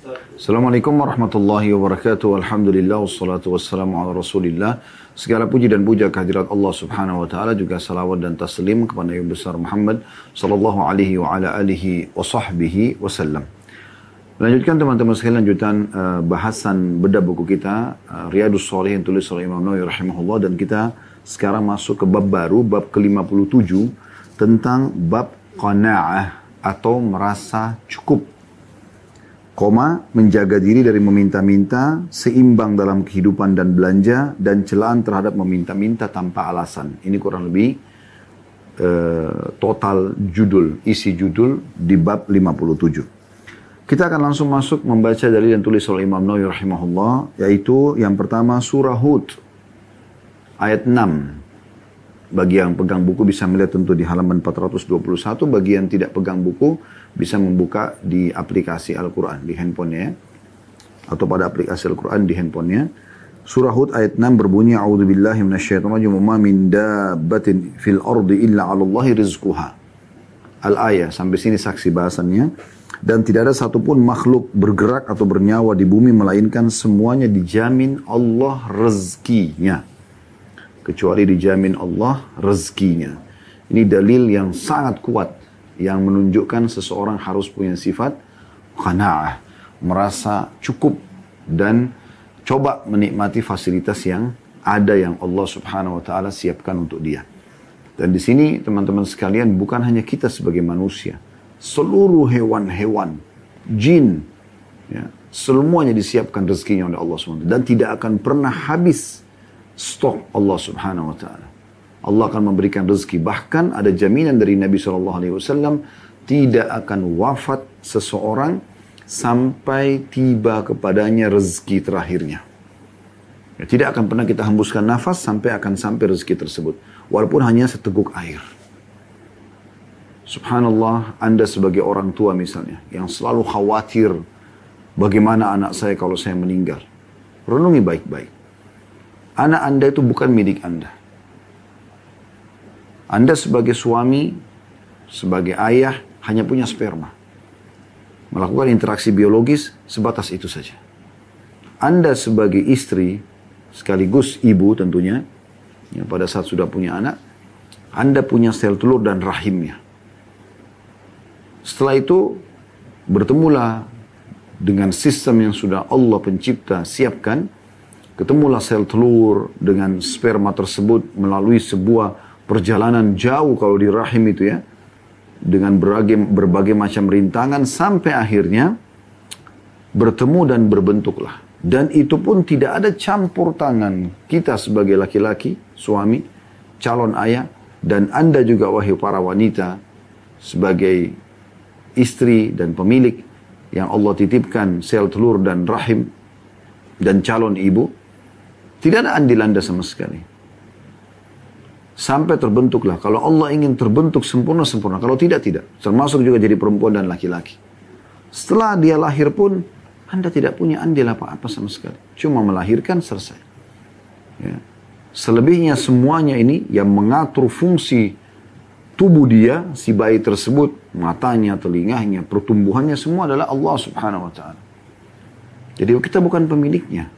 Assalamualaikum warahmatullahi wabarakatuh. Alhamdulillah wassalatu wassalamu ala Rasulillah. Segala puji dan puja kehadirat Allah Subhanahu wa taala, juga salawat dan taslim kepada Nabi besar Muhammad sallallahu alaihi wa ala alihi wa sahbihi wasallam. Melanjutkan teman-teman sekalian, lanjutan bahasan bedah buku kita Riyadhus Shalihin tulis oleh Imam Nawawi rahimahullah, dan kita sekarang masuk ke bab baru, bab ke-57 tentang bab qanaah atau merasa cukup. Menjaga diri dari meminta-minta, seimbang dalam kehidupan dan belanja, dan celaan terhadap meminta-minta tanpa alasan. Ini kurang lebih total judul, isi judul di bab 57. Kita akan langsung masuk membaca dalil yang tulis oleh Imam Nawawi rahimahullah, yaitu yang pertama surah Hud ayat 6. Bagi yang pegang buku bisa melihat tentu di halaman 421, bagi yang tidak pegang buku bisa membuka di aplikasi Al-Quran di handphonenya, atau pada aplikasi Al-Quran di handphonenya. Surah Hud ayat 6 berbunyi, A'udzubillahi minasyaitonirrajim, wa ma min dabbatin fil ardi illa 'alallahi rizquha. Al-ayah, sampai sini saksi bahasannya. Dan tidak ada satupun makhluk bergerak atau bernyawa di bumi melainkan semuanya dijamin Allah rezekinya. Kecuali dijamin Allah rezekinya. Ini dalil yang sangat kuat yang menunjukkan seseorang harus punya sifat qanaah, merasa cukup dan coba menikmati fasilitas yang ada yang Allah Subhanahu wa taala siapkan untuk dia. Dan di sini teman-teman sekalian, bukan hanya kita sebagai manusia, seluruh hewan-hewan, jin, ya, semuanya disiapkan rezekinya oleh Allah SWT, dan tidak akan pernah habis stok Allah Subhanahu wa taala. Allah akan memberikan rezeki. Bahkan ada jaminan dari Nabi SAW, tidak akan wafat seseorang sampai tiba kepadanya rezeki terakhirnya. Ya, tidak akan pernah kita hembuskan nafas sampai rezeki tersebut, walaupun hanya seteguk air. Subhanallah, Anda sebagai orang tua misalnya, yang selalu khawatir bagaimana anak saya kalau saya meninggal. Renungi baik-baik. Anak Anda itu bukan milik Anda. Anda sebagai suami, sebagai ayah, hanya punya sperma. Melakukan interaksi biologis sebatas itu saja. Anda sebagai istri, sekaligus ibu tentunya, ya, pada saat sudah punya anak, Anda punya sel telur dan rahimnya. Setelah itu, bertemulah dengan sistem yang sudah Allah pencipta siapkan. Ketemulah sel telur dengan sperma tersebut melalui sebuah perjalanan jauh kalau di rahim itu ya, dengan berbagai macam rintangan sampai akhirnya bertemu dan berbentuklah. Dan itu pun tidak ada campur tangan kita sebagai laki-laki, suami, calon ayah, dan Anda juga wahai para wanita sebagai istri dan pemilik yang Allah titipkan sel telur dan rahim dan calon ibu. Tidak ada andil Anda sama sekali. Sampai terbentuklah. Kalau Allah ingin terbentuk sempurna-sempurna. Kalau tidak, tidak. Termasuk juga jadi perempuan dan laki-laki. Setelah dia lahir pun, Anda tidak punya andil apa-apa sama sekali. Cuma melahirkan, selesai. Ya. Selebihnya semuanya ini yang mengatur fungsi tubuh dia, si bayi tersebut, matanya, telinganya, pertumbuhannya, semua adalah Allah Subhanahu wa ta'ala. Jadi kita bukan pemiliknya.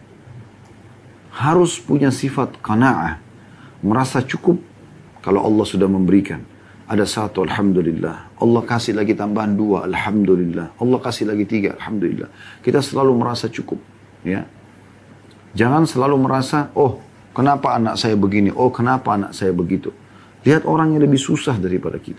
Harus punya sifat qanaah, merasa cukup kalau Allah sudah memberikan. Ada satu, alhamdulillah. Allah kasih lagi tambahan dua, alhamdulillah. Allah kasih lagi tiga, alhamdulillah. Kita selalu merasa cukup. Ya. Jangan selalu merasa, oh kenapa anak saya begini, oh kenapa anak saya begitu. Lihat orang yang lebih susah daripada kita.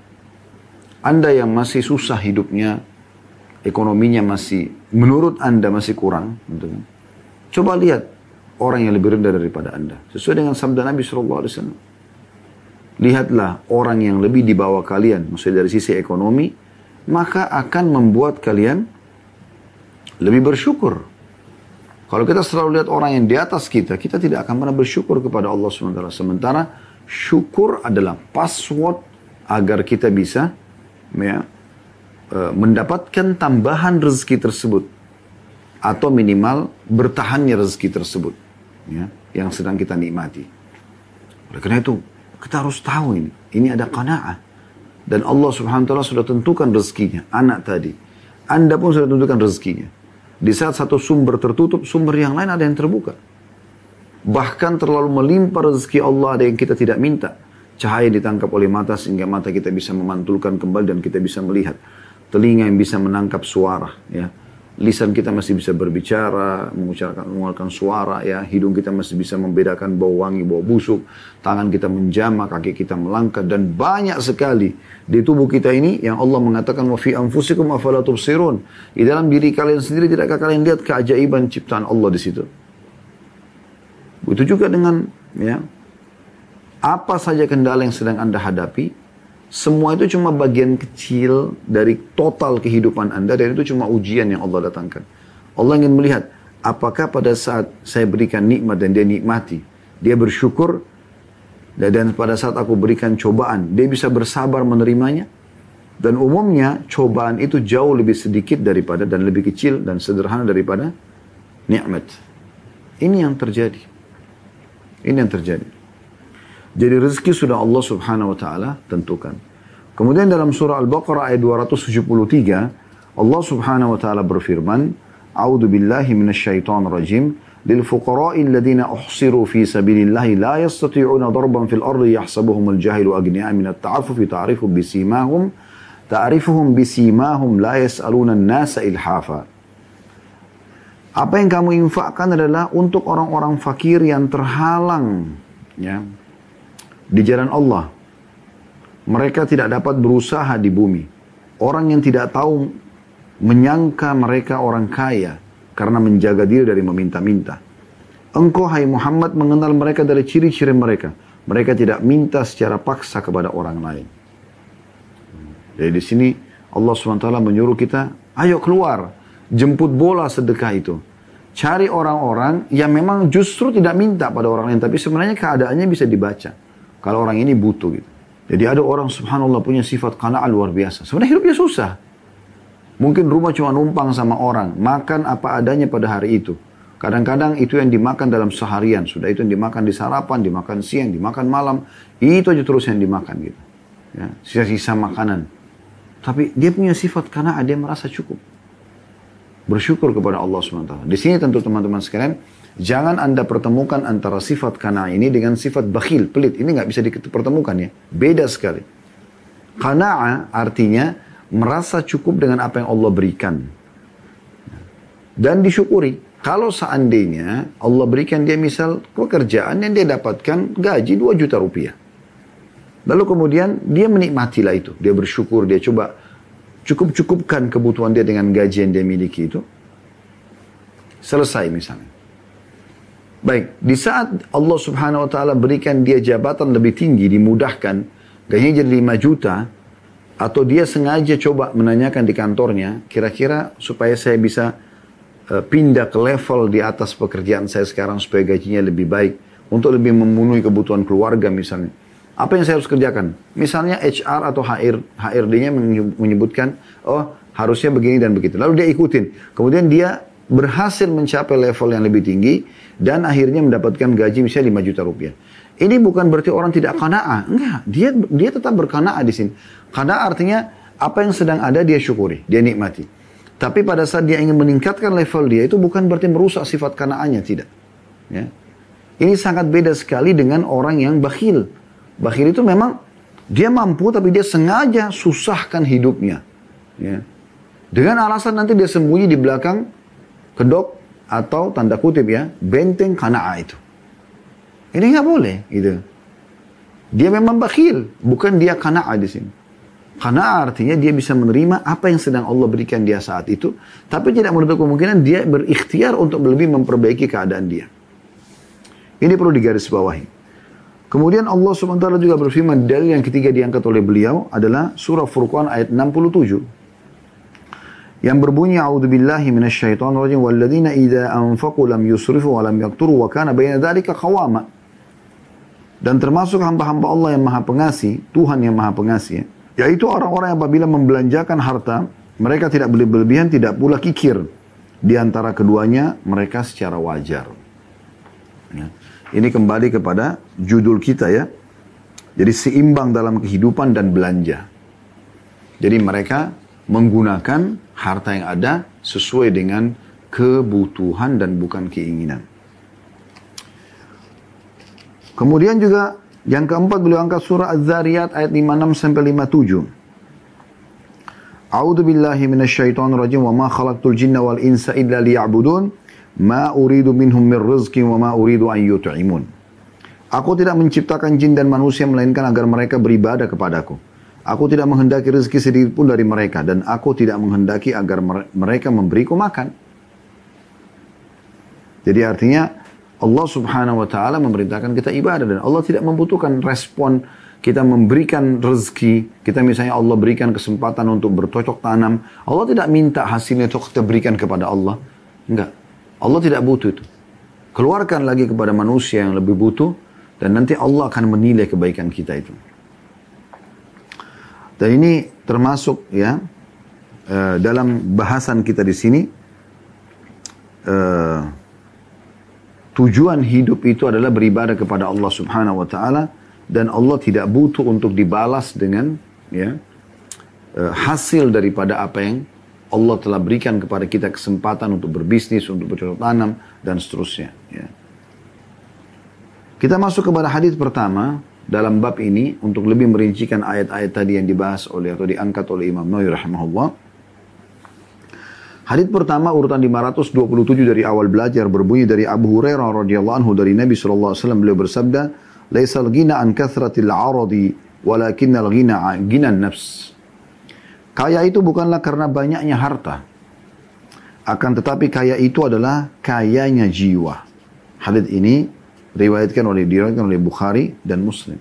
Anda yang masih susah hidupnya, ekonominya masih, menurut Anda masih kurang. Gitu kan? Coba lihat orang yang lebih rendah daripada Anda. Sesuai dengan sabda Nabi SAW. Lihatlah orang yang lebih di bawah kalian, maksudnya dari sisi ekonomi, maka akan membuat kalian lebih bersyukur. Kalau kita selalu lihat orang yang di atas kita, kita tidak akan pernah bersyukur kepada Allah SWT. Sementara syukur adalah password agar kita bisa ya, mendapatkan tambahan rezeki tersebut. Atau minimal bertahannya rezeki tersebut. Ya, yang sedang kita nikmati. Oleh karena itu, kita harus tahu ini. Ini ada qanaah. Dan Allah Subhanahu wa taala sudah tentukan rezekinya. Anak tadi. Anda pun sudah tentukan rezekinya. Di saat satu sumber tertutup, sumber yang lain ada yang terbuka. Bahkan terlalu melimpah rezeki Allah, ada yang kita tidak minta. Cahaya ditangkap oleh mata sehingga mata kita bisa memantulkan kembali dan kita bisa melihat. Telinga yang bisa menangkap suara, ya. Lisan kita masih bisa berbicara, mengeluarkan suara, ya. Hidung kita masih bisa membedakan bau wangi, bau busuk. Tangan kita menjamah, kaki kita melangkah, dan banyak sekali di tubuh kita ini yang Allah mengatakan wa fi anfusikum afala tubsirun. Di dalam diri kalian sendiri tidakkah kalian lihat keajaiban ciptaan Allah di situ? Begitu juga dengan, ya, apa saja kendala yang sedang Anda hadapi, semua itu cuma bagian kecil dari total kehidupan Anda, dan itu cuma ujian yang Allah datangkan. Allah ingin melihat, apakah pada saat saya berikan nikmat dan dia nikmati, dia bersyukur, dan pada saat aku berikan cobaan, dia bisa bersabar menerimanya. Dan umumnya, cobaan itu jauh lebih sedikit daripada, dan lebih kecil dan sederhana daripada nikmat. Ini yang terjadi. Ini yang terjadi. Jadi rezeki sudah Allah subhanahu wa ta'ala tentukan. Kemudian dalam surah Al-Baqarah ayat 273, Allah subhanahu wa ta'ala berfirman, A'udhu billahi minasyaitan rajim, lil fuqara'i alladhina uhsiru fi sabilillahi la yastati'una darban fil ardi yahsabuhumul jahilu agni'a minat ta'afufi ta'rifuhum bisimahum la yas'aluna an-nasa ilhafa. Apa yang kamu infakkan adalah untuk orang-orang fakir yang terhalang, ya, di jalan Allah. Mereka tidak dapat berusaha di bumi. Orang yang tidak tahu menyangka mereka orang kaya karena menjaga diri dari meminta-minta. Engkau, hai Muhammad, mengenal mereka dari ciri-ciri mereka. Mereka tidak minta secara paksa kepada orang lain. Jadi di sini Allah SWT menyuruh kita, ayo keluar. Jemput bola sedekah itu. Cari orang-orang yang memang justru tidak minta pada orang lain, tapi sebenarnya keadaannya bisa dibaca. Kalau orang ini butuh gitu. Jadi ada orang subhanallah punya sifat qanaah luar biasa. Sebenarnya hidupnya susah. Mungkin rumah cuma numpang sama orang. Makan apa adanya pada hari itu. Kadang-kadang itu yang dimakan dalam seharian. Sudah itu yang dimakan di sarapan, dimakan siang, dimakan malam. Itu aja terus yang dimakan gitu. Ya, sisa-sisa makanan. Tapi dia punya sifat qanaah, dia merasa cukup. Bersyukur kepada Allah SWT. Di sini tentu teman-teman sekalian, jangan Anda pertemukan antara sifat qanaah ini dengan sifat bakhil, pelit. Ini nggak bisa dipertemukan ya. Beda sekali. Qanaah artinya merasa cukup dengan apa yang Allah berikan. Dan disyukuri. Kalau seandainya Allah berikan dia misal pekerjaan yang dia dapatkan gaji 2 juta rupiah. Lalu kemudian dia menikmatilah itu. Dia bersyukur, dia coba cukup-cukupkan kebutuhan dia dengan gaji yang dia miliki itu. Selesai misalnya. Baik, di saat Allah subhanahu wa ta'ala berikan dia jabatan lebih tinggi, dimudahkan, gajinya jadi 5 juta, atau dia sengaja coba menanyakan di kantornya, kira-kira supaya saya bisa pindah ke level di atas pekerjaan saya sekarang supaya gajinya lebih baik, untuk lebih memenuhi kebutuhan keluarga misalnya. Apa yang saya harus kerjakan? Misalnya HR atau HRD-nya menyebutkan, oh harusnya begini dan begitu. Lalu dia ikutin. Kemudian dia berhasil mencapai level yang lebih tinggi dan akhirnya mendapatkan gaji misalnya 5 juta rupiah. Ini bukan berarti orang tidak qanaah. Enggak, dia tetap berqanaah di sini. Qanaah artinya apa yang sedang ada dia syukuri, dia nikmati. Tapi pada saat dia ingin meningkatkan level dia, itu bukan berarti merusak sifat qanaahnya, tidak. Ya. Ini sangat beda sekali dengan orang yang bakhil. Bakhil itu memang dia mampu tapi dia sengaja susahkan hidupnya. Ya. Dengan alasan nanti dia sembunyi di belakang kedok atau tanda kutip ya, benteng qanaah itu. Ini nggak boleh gitu. Dia memang bakhil, bukan dia qanaah di sini. Qanaah artinya dia bisa menerima apa yang sedang Allah berikan dia saat itu, tapi tidak menutup kemungkinan dia berikhtiar untuk lebih memperbaiki keadaan dia. Ini perlu digarisbawahi. Kemudian Allah SWT juga berfirman, dalil yang ketiga diangkat oleh beliau adalah surah Furqan ayat 67. Yang berbunyi, A'udzubillahi minasyaitonirrajim, walladzina idza anfaqu lam yusrifu wa lam yaqturu wa kana baina dzalika qawama. Dan termasuk hamba-hamba Allah yang Maha Pengasih, Tuhan yang Maha Pengasih, yaitu orang-orang yang apabila membelanjakan harta, mereka tidak berlebihan, tidak pula kikir. Di antara keduanya, mereka secara wajar. Ya. Ini kembali kepada judul kita ya. Jadi seimbang dalam kehidupan dan belanja. Jadi mereka menggunakan harta yang ada sesuai dengan kebutuhan dan bukan keinginan. Kemudian juga yang keempat beliau angkat surah Az-Zariyat ayat 56 sampai 57. A'udzu billahi minasyaitonir rajim wa ma khalaqtul jinna wal insa illa liya'budun ma uridu minhum min rizqin wa ma uridu an yut'imun. Aku tidak menciptakan jin dan manusia melainkan agar mereka beribadah kepadaku. Aku tidak menghendaki rezeki sedikit pun dari mereka dan aku tidak menghendaki agar mereka memberiku makan. Jadi artinya Allah subhanahu wa ta'ala memerintahkan kita ibadah dan Allah tidak membutuhkan respon kita memberikan rezeki. Kita misalnya Allah berikan kesempatan untuk bercocok tanam. Allah tidak minta hasilnya itu kita berikan kepada Allah. Enggak. Allah tidak butuh itu. Keluarkan lagi kepada manusia yang lebih butuh dan nanti Allah akan menilai kebaikan kita itu. Dan ini termasuk ya dalam bahasan kita di sini tujuan hidup itu adalah beribadah kepada Allah Subhanahu wa taala dan Allah tidak butuh untuk dibalas dengan ya hasil daripada apa yang Allah telah berikan kepada kita kesempatan untuk berbisnis, untuk bercocok tanam dan seterusnya ya. Kita masuk kepada hadis pertama dalam bab ini untuk lebih merincikan ayat-ayat tadi yang dibahas oleh atau diangkat oleh Imam Nawawi rahimahullah. Hadis pertama urutan 527 dari awal belajar berbunyi dari Abu Hurairah radhiyallahu anhu dari Nabi sallallahu alaihi wasallam beliau bersabda, "Laisal ghina an kathratil 'aradi, walakinnal ghina 'an ghinan nafs." Kaya itu bukanlah karena banyaknya harta, akan tetapi kaya itu adalah kayanya jiwa. Hadis ini diriwayatkan oleh Bukhari dan Muslim.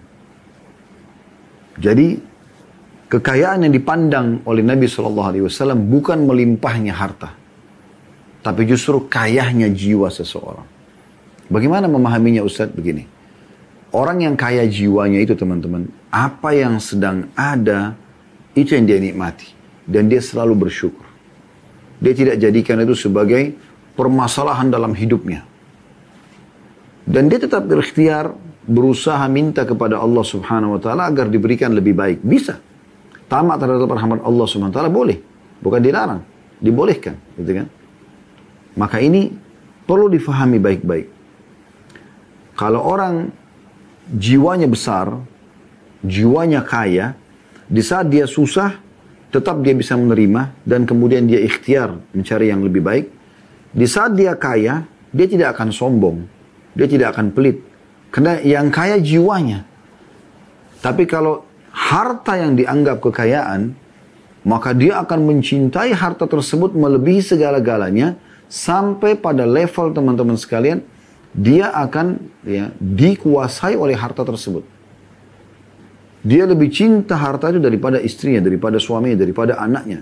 Jadi kekayaan yang dipandang oleh Nabi SAW bukan melimpahnya harta, tapi justru kayanya jiwa seseorang. Bagaimana memahaminya Ustaz? Begini, orang yang kaya jiwanya itu teman-teman, apa yang sedang ada itu yang dia nikmati dan dia selalu bersyukur. Dia tidak jadikan itu sebagai permasalahan dalam hidupnya. Dan dia tetap berikhtiar, berusaha minta kepada Allah subhanahu wa ta'ala agar diberikan lebih baik. Bisa. Tamak terhadap rahmat Allah subhanahu wa ta'ala boleh. Bukan dilarang. Dibolehkan. Gitu kan? Maka ini perlu difahami baik-baik. Kalau orang jiwanya besar, jiwanya kaya, di saat dia susah, tetap dia bisa menerima dan kemudian dia ikhtiar mencari yang lebih baik. Di saat dia kaya, dia tidak akan sombong. Dia tidak akan pelit. Karena yang kaya jiwanya. Tapi kalau harta yang dianggap kekayaan, maka dia akan mencintai harta tersebut melebihi segala-galanya. Sampai pada level teman-teman sekalian, dia akan ya, dikuasai oleh harta tersebut. Dia lebih cinta harta itu daripada istrinya, daripada suaminya, daripada anaknya.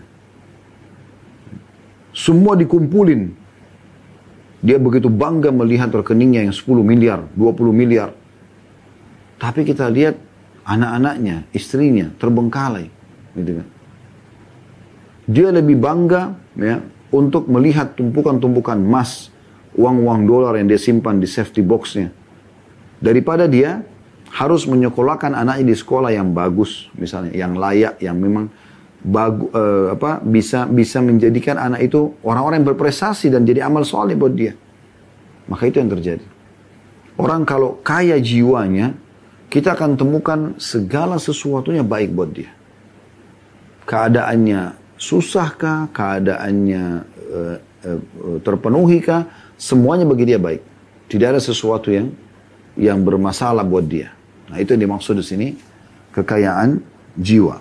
Semua dikumpulin. Dia begitu bangga melihat rekeningnya yang 10 miliar, 20 miliar. Tapi kita lihat anak-anaknya, istrinya terbengkalai. Gitu kan. Dia lebih bangga ya, untuk melihat tumpukan-tumpukan emas, uang-uang dolar yang dia simpan di safety boxnya. Daripada dia harus menyekolahkan anaknya di sekolah yang bagus, misalnya yang layak, yang memang bisa menjadikan anak itu orang-orang yang berprestasi dan jadi amal soleh buat dia. Maka itu yang terjadi. Orang kalau kaya jiwanya, kita akan temukan segala sesuatunya baik buat dia. Keadaannya susahkah, keadaannya terpenuhikah, semuanya bagi dia baik. Tidak ada sesuatu yang bermasalah buat dia. Nah, itu yang dimaksud di sini kekayaan jiwa.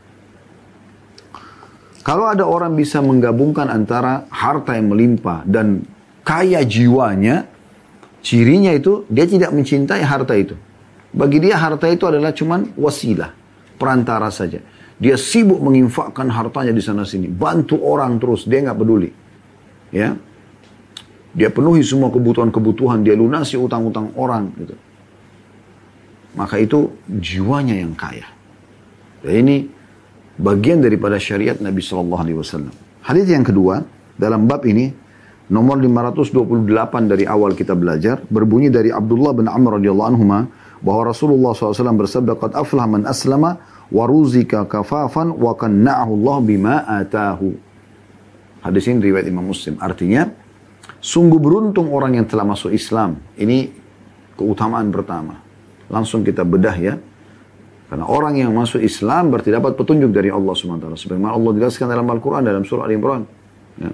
Kalau ada orang bisa menggabungkan antara harta yang melimpah dan kaya jiwanya, cirinya itu dia tidak mencintai harta itu. Bagi dia harta itu adalah cuman wasilah, perantara saja. Dia sibuk menginfakkan hartanya di sana sini, bantu orang terus, dia nggak peduli. Ya, dia penuhi semua kebutuhan-kebutuhan, dia lunasi utang-utang orang gitu. Maka itu jiwanya yang kaya. Dan ini bagian daripada syariat Nabi Sallallahu Alaihi Wasallam. Hadis yang kedua dalam bab ini nomor 528 dari awal kita belajar berbunyi dari Abdullah bin Amr radhiyallahu anhuma bahwa Rasulullah SAW bersabda, "Qad aflah man aslama wa ruzika kafafan wa qanna'ahu Allah bima atahu." Hadis ini riwayat Imam Muslim. Artinya Sungguh beruntung orang yang telah masuk Islam. Ini keutamaan pertama. Langsung kita bedah ya. Karena orang yang masuk Islam berarti dapat petunjuk dari Allah SWT. Sebagaimana Allah jelaskan dalam Al-Quran, dalam surah Al-Imran. Ya.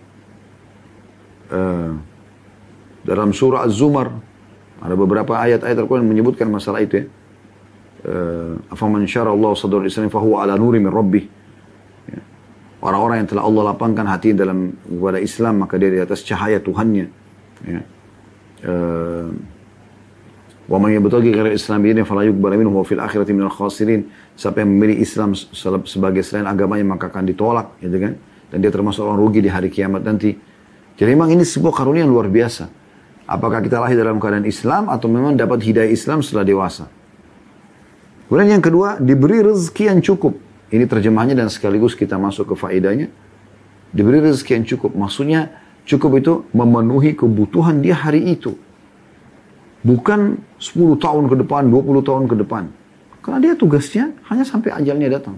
Dalam surah Az-Zumar, ada beberapa ayat-ayat Al-Quran yang menyebutkan masalah itu ya. Afaman syara Allah sadrul Islam fahuwa ala nuri min rabbih. Ya. Orang-orang yang telah Allah lapangkan hati dalam kepada Islam, maka dia di atas cahaya Tuhannya. Ya. Wa man yabtaghi ghairal Islam dinan fala yuqbal minhu wa fil akhirati minal khasirin. Siapa yang memilih Islam sebagai selain agamanya maka akan ditolak, gitu kan? Dan dia termasuk orang rugi di hari kiamat nanti. Jadi memang ini sebuah karunia yang luar biasa. Apakah kita lahir dalam keadaan Islam atau memang dapat hidayah Islam setelah dewasa? Kemudian yang kedua, diberi rezeki yang cukup. Ini terjemahnya dan sekaligus kita masuk ke faedahnya. Diberi rezeki yang cukup. Maksudnya cukup itu memenuhi kebutuhan dia hari itu. Bukan 10 tahun ke depan, 20 tahun ke depan. Karena dia tugasnya hanya sampai ajalnya datang.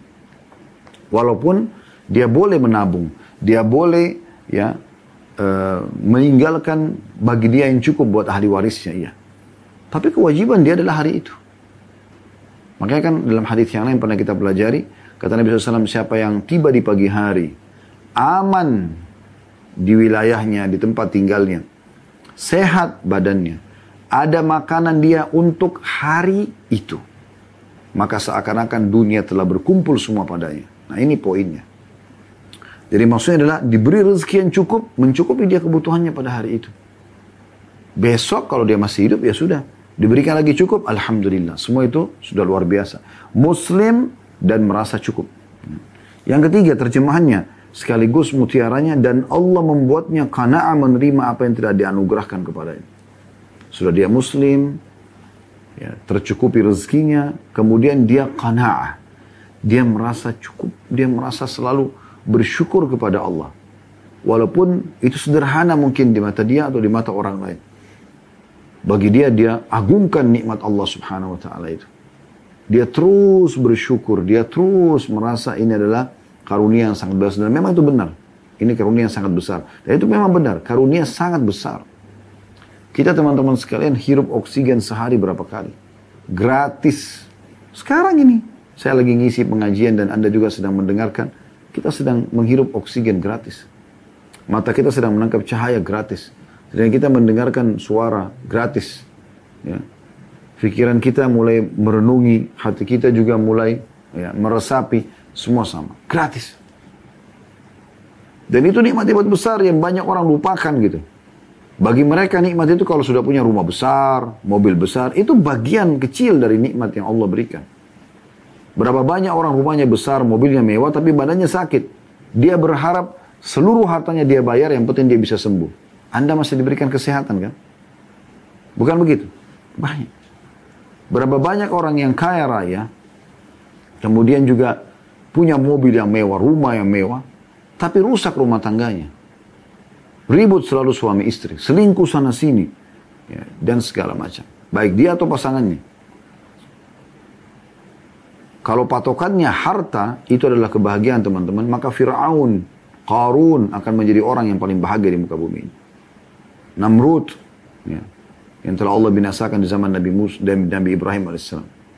Walaupun dia boleh menabung, dia boleh ya meninggalkan bagi dia yang cukup buat ahli warisnya, iya. Tapi kewajiban dia adalah hari itu. Makanya kan dalam hadis yang lain pernah kita pelajari, kata Nabi SAW, siapa yang tiba di pagi hari, aman di wilayahnya, di tempat tinggalnya, sehat badannya, ada makanan dia untuk hari itu, maka seakan-akan dunia telah berkumpul semua padanya. Nah ini poinnya. Jadi maksudnya adalah diberi rezeki yang cukup, mencukupi dia kebutuhannya pada hari itu. Besok kalau dia masih hidup ya sudah. Diberikan lagi cukup, alhamdulillah. Semua itu sudah luar biasa. Muslim dan merasa cukup. Yang ketiga terjemahannya, sekaligus mutiaranya, dan Allah membuatnya qana'a, menerima apa yang tidak dianugerahkan kepadanya. Sudah dia muslim, ya, tercukupi rezekinya, kemudian dia qana'ah. Dia merasa cukup, dia merasa selalu bersyukur kepada Allah. Walaupun itu sederhana mungkin di mata dia atau di mata orang lain. Bagi dia, dia agungkan nikmat Allah subhanahu wa ta'ala itu. Dia terus bersyukur, dia terus merasa ini adalah karunia yang sangat besar. Dan memang itu benar. Ini karunia yang sangat besar. Dan itu memang benar, karunia sangat besar. Kita teman-teman sekalian hirup oksigen sehari berapa kali? Gratis. Sekarang ini, saya lagi ngisi pengajian dan Anda juga sedang mendengarkan. Kita sedang menghirup oksigen gratis. Mata kita sedang menangkap cahaya gratis. Dan kita mendengarkan suara gratis. Ya. Pikiran kita mulai merenungi, hati kita juga mulai ya, meresapi, semua sama. Gratis. Dan itu nikmat-nikmat besar yang banyak orang lupakan gitu. Bagi mereka nikmat itu kalau sudah punya rumah besar, mobil besar, itu bagian kecil dari nikmat yang Allah berikan. Berapa banyak orang rumahnya besar, mobilnya mewah, tapi badannya sakit. Dia berharap seluruh hartanya dia bayar, yang penting dia bisa sembuh. Anda masih diberikan kesehatan kan? Bukan begitu? Banyak. Berapa banyak orang yang kaya raya, kemudian juga punya mobil yang mewah, rumah yang mewah, tapi rusak rumah tangganya. Ribut selalu suami istri, selingkuh sana sini, ya, dan segala macam. Baik dia atau pasangannya. Kalau patokannya harta, itu adalah kebahagiaan teman-teman, maka Fir'aun, Qarun akan menjadi orang yang paling bahagia di muka bumi ini. Namrud, ya, yang telah Allah binasakan di zaman Nabi Musa dan Nabi Ibrahim AS.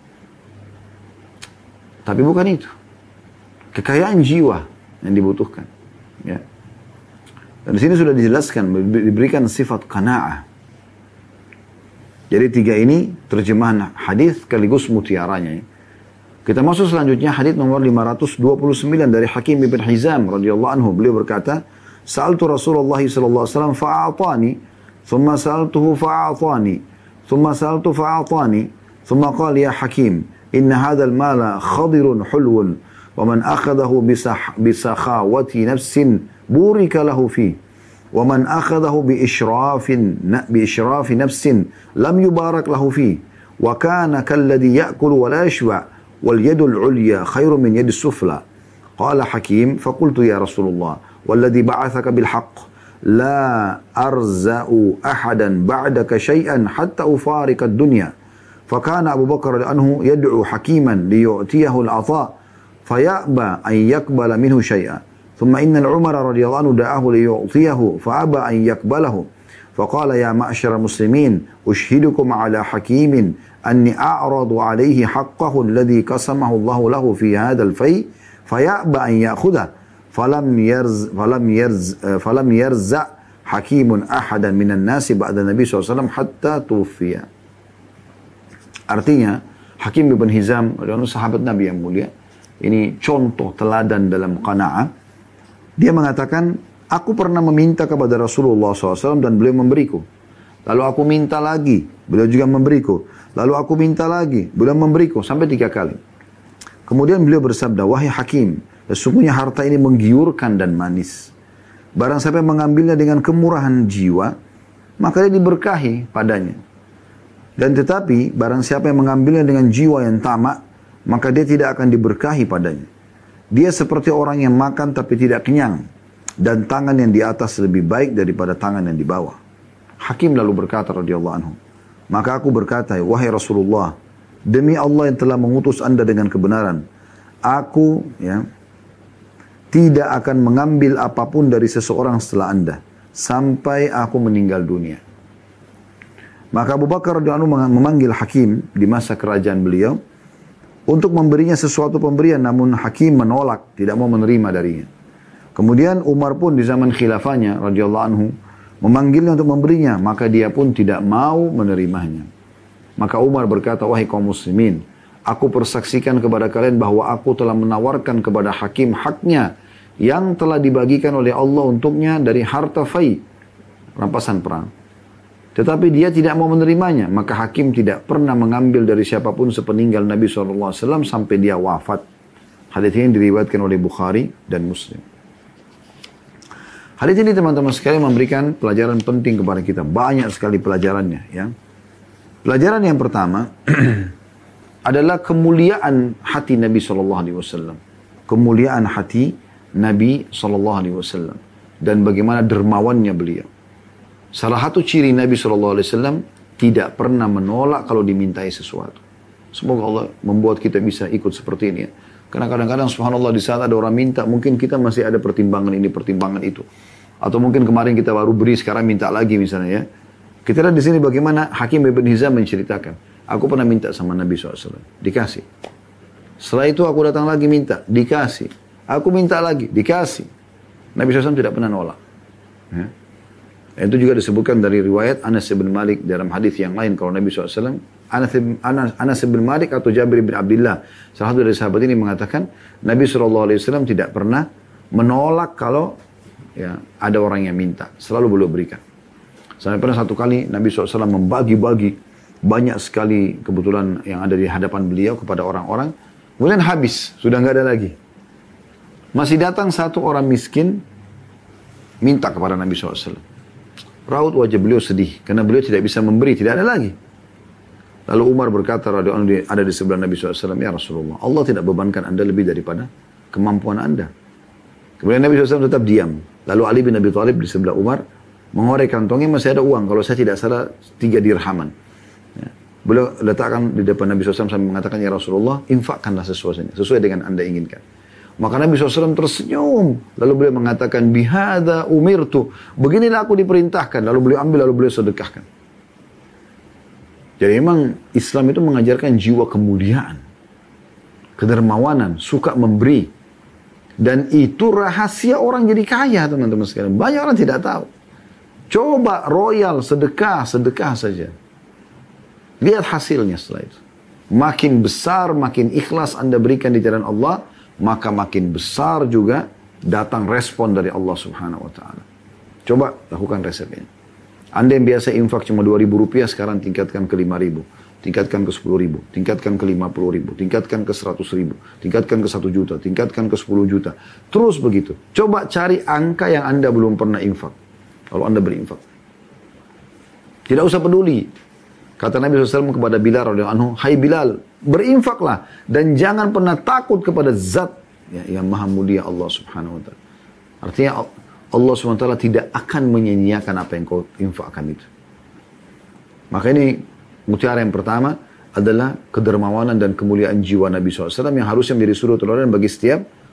Tapi bukan itu. Kekayaan jiwa yang dibutuhkan. Ya. Dan di sini sudah dijelaskan, diberikan sifat qana'ah. Jadi tiga ini terjemahan hadis sekaligus mutiaranya. Ya. Kita masuk selanjutnya hadis nomor 529 dari Hakim bin Hizam radhiyallahu anhu. Beliau berkata, "Sa'altu Rasulullah sallallahu alaihi wasallam fa'atani, thumma sa'altuhu fa'atani, thumma sa'altu fa'atani, thumma qala ya Hakim, inna hadzal mala khadirun hulwun, wa man akhadahu bisakhawati nafsin burika lahu fi, wa man akhadahu biishrafi nafsin lam yubarak lahu fi, wa kana kalladhi ya'kulu wa la yashba'. واليد العليا خير من يد السفلى." قال حكيم فقلت يا رسول الله والذي بعثك بالحق لا أرزأ أحدا بعدك شيئا حتى أفارق الدنيا. فكان أبو بكر عنه يدعو حكيما ليعطيه العطاء فيأبى أن يقبل منه شيئا. ثم إن العمر رضي الله عنه دعاه ليعطيه فأبى أن يقبله فقال يا معشر المسلمين أشهدكم على حكيم أني أعرض عليه حقه الذي قسمه الله له في هذا الفيء فيأبى أن يأخذه فلم يرزع حكيم أحدا من الناس بعد النبي SAW حتى توفي. Artinya, Hakim bin Hizam, sahabat Nabi yang mulia, ini contoh teladan dalam qanaah. Dia mengatakan, aku pernah meminta kepada Rasulullah SAW dan beliau memberiku. Lalu aku minta lagi, beliau juga memberiku. Lalu aku minta lagi, beliau memberiku. Sampai 3 kali. Kemudian beliau bersabda, wahai Hakim, sesungguhnya harta ini menggiurkan dan manis. Barang siapa yang mengambilnya dengan kemurahan jiwa, maka dia diberkahi padanya. Dan tetapi, barang siapa yang mengambilnya dengan jiwa yang tamak, maka dia tidak akan diberkahi padanya. Dia seperti orang yang makan tapi tidak kenyang. Dan tangan yang di atas lebih baik daripada tangan yang di bawah. Hakim lalu berkata radhiyallahu anhu, maka aku berkata, wahai Rasulullah, demi Allah yang telah mengutus anda dengan kebenaran, aku tidak akan mengambil apapun dari seseorang setelah anda, sampai aku meninggal dunia. Maka Abu Bakar radhiyallahu anhu memanggil Hakim di masa kerajaan beliau, untuk memberinya sesuatu pemberian, namun Hakim menolak, tidak mau menerima darinya. Kemudian Umar pun di zaman khilafahnya radhiyallahu anhu memanggilnya untuk memberinya, maka dia pun tidak mau menerimanya. Maka Umar berkata, wahai kaum muslimin, aku persaksikan kepada kalian bahwa aku telah menawarkan kepada Hakim haknya yang telah dibagikan oleh Allah untuknya dari harta fai, rampasan perang. Tetapi dia tidak mau menerimanya, maka Hakim tidak pernah mengambil dari siapapun sepeninggal Nabi SAW sampai dia wafat. Hadits ini diriwayatkan oleh Bukhari dan Muslim. Hadits ini teman-teman sekalian memberikan pelajaran penting kepada kita. Banyak sekali pelajarannya. Ya. Pelajaran yang pertama adalah kemuliaan hati Nabi SAW. Kemuliaan hati Nabi SAW. Dan bagaimana dermawannya beliau. Salah satu ciri Nabi SAW tidak pernah menolak kalau dimintai sesuatu. Semoga Allah membuat kita bisa ikut seperti ini. Ya. Karena kadang-kadang subhanallah di saat ada orang minta, mungkin kita masih ada pertimbangan ini, pertimbangan itu. Atau mungkin kemarin kita baru beri, sekarang minta lagi misalnya ya. Kita lihat di sini bagaimana Hakim bin Hizam menceritakan. Aku pernah minta sama Nabi SAW. Dikasih. Setelah itu aku datang lagi minta. Dikasih. Aku minta lagi. Dikasih. Nabi SAW tidak pernah nolak. Ya. Itu juga disebutkan dari riwayat Anas bin Malik dalam hadis yang lain. Kalau Nabi SAW, Anas bin Malik atau Jabir bin Abdullah, salah satu dari sahabat ini mengatakan, Nabi SAW tidak pernah menolak kalau ya, ada orang yang minta. Selalu beliau berikan. Sampai pernah satu kali Nabi SAW membagi-bagi banyak sekali kebetulan yang ada di hadapan beliau kepada orang-orang. Kemudian habis, sudah nggak ada lagi. Masih datang satu orang miskin minta kepada Nabi SAW. Raut wajah beliau sedih, karena beliau tidak bisa memberi, tidak ada lagi. Lalu Umar berkata, ada di sebelah Nabi SAW, ya Rasulullah, Allah tidak bebankan anda lebih daripada kemampuan anda. Kemudian Nabi SAW tetap diam. Lalu Ali bin Abi Thalib di sebelah Umar, mengorek kantongnya masih ada uang, kalau saya tidak salah 3 dirhaman. Ya. Beliau letakkan di depan Nabi SAW sambil mengatakan, ya Rasulullah, infakkanlah sesuai dengan anda inginkan. Maka Nabi SAW tersenyum. Lalu beliau mengatakan, bihada umirtu. Beginilah aku diperintahkan. Lalu beliau ambil, lalu beliau sedekahkan. Jadi memang Islam itu mengajarkan jiwa kemuliaan. Kedermawanan, suka memberi. Dan itu rahasia orang jadi kaya teman-teman sekalian. Banyak orang tidak tahu. Coba royal, sedekah saja. Lihat hasilnya setelah itu. Makin besar, makin ikhlas anda berikan di jalan Allah, maka makin besar juga datang respon dari Allah Subhanahu wa taala. Coba lakukan resep ini. Anda yang biasa infak cuma Rp2.000, sekarang tingkatkan ke Rp5.000, tingkatkan ke Rp10.000, tingkatkan ke Rp50.000, tingkatkan ke Rp100.000, tingkatkan ke Rp1.000.000, tingkatkan ke Rp10.000.000. Terus begitu. Coba cari angka yang Anda belum pernah infak. Kalau Anda berinfak. Tidak usah peduli. Kata Nabi SAW kepada Bilal radhiyallahu anhu, hai Bilal, berinfaklah dan jangan pernah takut kepada zat yang maha mulia Allah Subhanahu wa taala. Artinya Allah Subhanahu wa taala tidak akan menyia-nyiakan apa yang kau infakkan itu. Maka ini mutiara yang pertama adalah kedermawanan dan kemuliaan jiwa Nabi SAW yang harusnya menjadi suri tauladan bagi setiap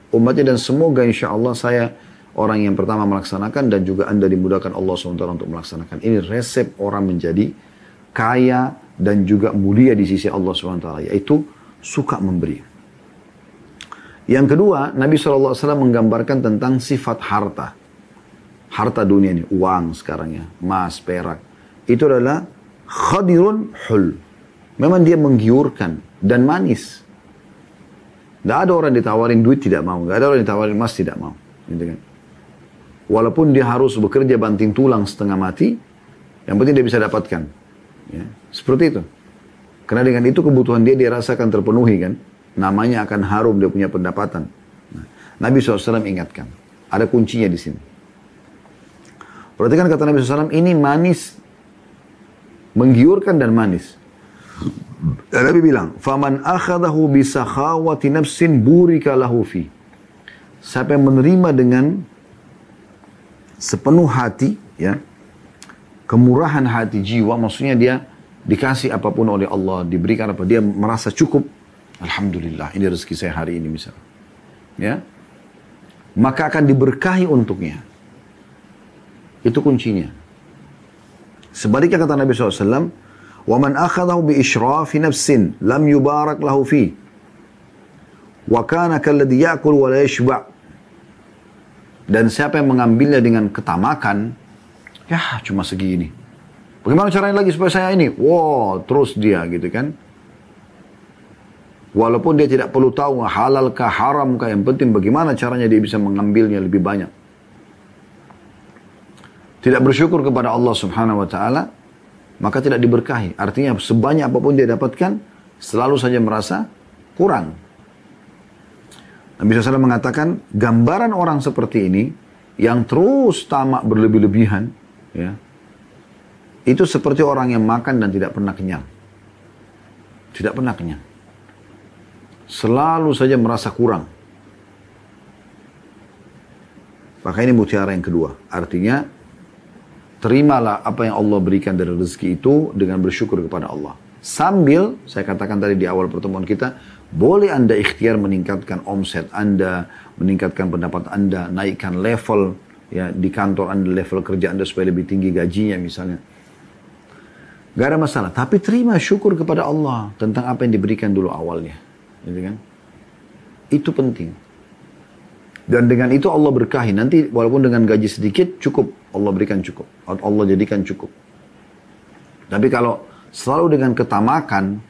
umatnya, dan semoga insya Allah saya orang yang pertama melaksanakan dan juga Anda dimudahkan Allah SWT untuk melaksanakan. Ini resep orang menjadi kaya dan juga mulia di sisi Allah SWT, yaitu suka memberi. Yang kedua, Nabi SAW menggambarkan tentang sifat harta. Harta dunia ini, uang sekarang ya, emas, perak. Itu adalah khadirun hul. Memang dia menggiurkan dan manis. Tidak ada orang ditawarin duit tidak mau. Tidak ada orang ditawarin emas tidak mau. Gitu kan? Walaupun dia harus bekerja banting tulang setengah mati, yang penting dia bisa dapatkan. Ya, seperti itu. Karena dengan itu kebutuhan dia rasakan terpenuhi kan. Namanya akan harum, dia punya pendapatan. Nah, Nabi SAW ingatkan. Ada kuncinya di sini. Perhatikan kata Nabi SAW, ini manis, menggiurkan dan manis. Dan Nabi bilang, "Faman akhadahu bisakhawati nafsin burika lahu fi." Siapa yang menerima dengan sepenuh hati, ya, kemurahan hati jiwa, maksudnya dia dikasih apapun oleh Allah, diberikan apa, dia merasa cukup. Alhamdulillah, ini rezeki saya hari ini misalnya. Ya, maka akan diberkahi untuknya. Itu kuncinya. Sebaliknya kata Nabi SAW, وَمَنْ أَخَذَهُ بِإِشْرَافِ نَفْسٍ لَمْ يُبَارَكْ لَهُ فِيهِ وَكَانَ كَالَّذِي يَأْكُلُ وَلَا يَشْبَعْ. Dan siapa yang mengambilnya dengan ketamakan, ya cuma segini. Bagaimana caranya lagi supaya saya ini? Wow, terus dia gitu kan. Walaupun dia tidak perlu tahu halal kah, haram kah, yang penting bagaimana caranya dia bisa mengambilnya lebih banyak. Tidak bersyukur kepada Allah Subhanahu wa taala, maka tidak diberkahi. Artinya sebanyak apapun dia dapatkan, selalu saja merasa kurang. Nabi SAW mengatakan, gambaran orang seperti ini, yang terus tamak berlebih-lebihan, ya, itu seperti orang yang makan dan tidak pernah kenyang. Tidak pernah kenyang. Selalu saja merasa kurang. Maka ini mutiara yang kedua. Artinya, terimalah apa yang Allah berikan dari rezeki itu dengan bersyukur kepada Allah. Sambil, saya katakan tadi di awal pertemuan kita, boleh Anda ikhtiar meningkatkan omset Anda, meningkatkan pendapat Anda, naikkan level ya di kantor Anda, level kerja Anda supaya lebih tinggi gajinya misalnya. Gak ada masalah, tapi terima syukur kepada Allah tentang apa yang diberikan dulu awalnya. Gitu kan? Itu penting. Dan dengan itu Allah berkahi. Nanti walaupun dengan gaji sedikit, cukup. Allah berikan cukup. Allah jadikan cukup. Tapi kalau selalu dengan ketamakan,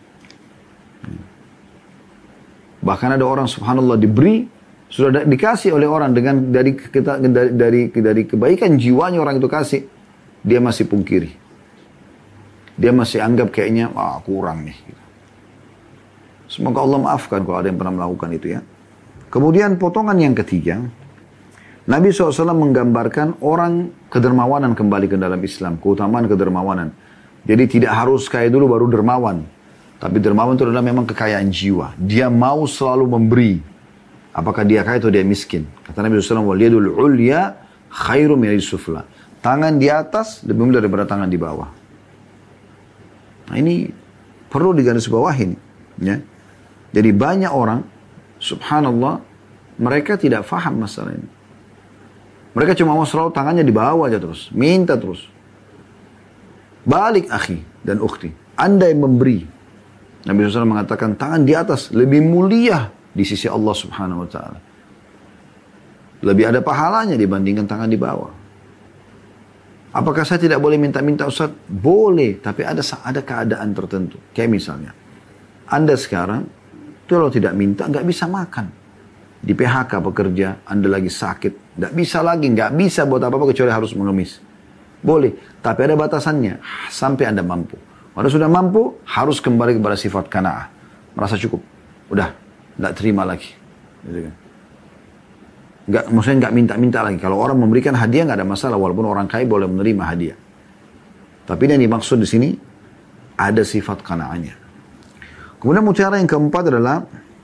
bahkan ada orang subhanallah diberi, sudah dikasih oleh orang dengan dari kebaikan jiwanya orang itu kasih, dia masih pungkiri. Dia masih anggap kayaknya, kurang nih. Semoga Allah maafkan kalau ada yang pernah melakukan itu ya. Kemudian potongan yang ketiga, Nabi SAW menggambarkan orang kedermawanan kembali ke dalam Islam, keutamaan kedermawanan. Jadi tidak harus kaya dulu baru dermawan. Tapi dermawan itu adalah memang kekayaan jiwa. Dia mau selalu memberi. Apakah dia kaya atau dia miskin. Kata Nabi SAW, وَلْيَدُ الْعُلْيَا خَيْرُ مِنَ السُّفْلَى. Tangan di atas lebih mulia daripada tangan di bawah. Nah ini perlu digarisbawahi nih. Ya. Jadi banyak orang, subhanallah, mereka tidak faham masalah ini. Mereka cuma mau selalu tangannya di bawah aja terus. Minta terus. Balik akhi dan ukhti. Anda yang memberi. Nabi SAW mengatakan tangan di atas lebih mulia di sisi Allah Subhanahu Wa Taala. Lebih ada pahalanya dibandingkan tangan di bawah. Apakah saya tidak boleh minta-minta Ustaz? Boleh, tapi ada keadaan tertentu. Kayak misalnya, Anda sekarang kalau tidak minta nggak bisa makan. Di PHK pekerja, Anda lagi sakit, nggak bisa lagi, nggak bisa buat apa-apa kecuali harus mengemis. Boleh, tapi ada batasannya sampai Anda mampu. Kalau sudah mampu, harus kembali kepada sifat qanaah, merasa cukup. Udah, nggak terima lagi. Gitu kan. Maksudnya nggak minta-minta lagi. Kalau orang memberikan hadiah nggak ada masalah, walaupun orang kaya boleh menerima hadiah. Tapi yang dimaksud di sini ada sifat qanaahnya. Kemudian mutiara yang keempat adalah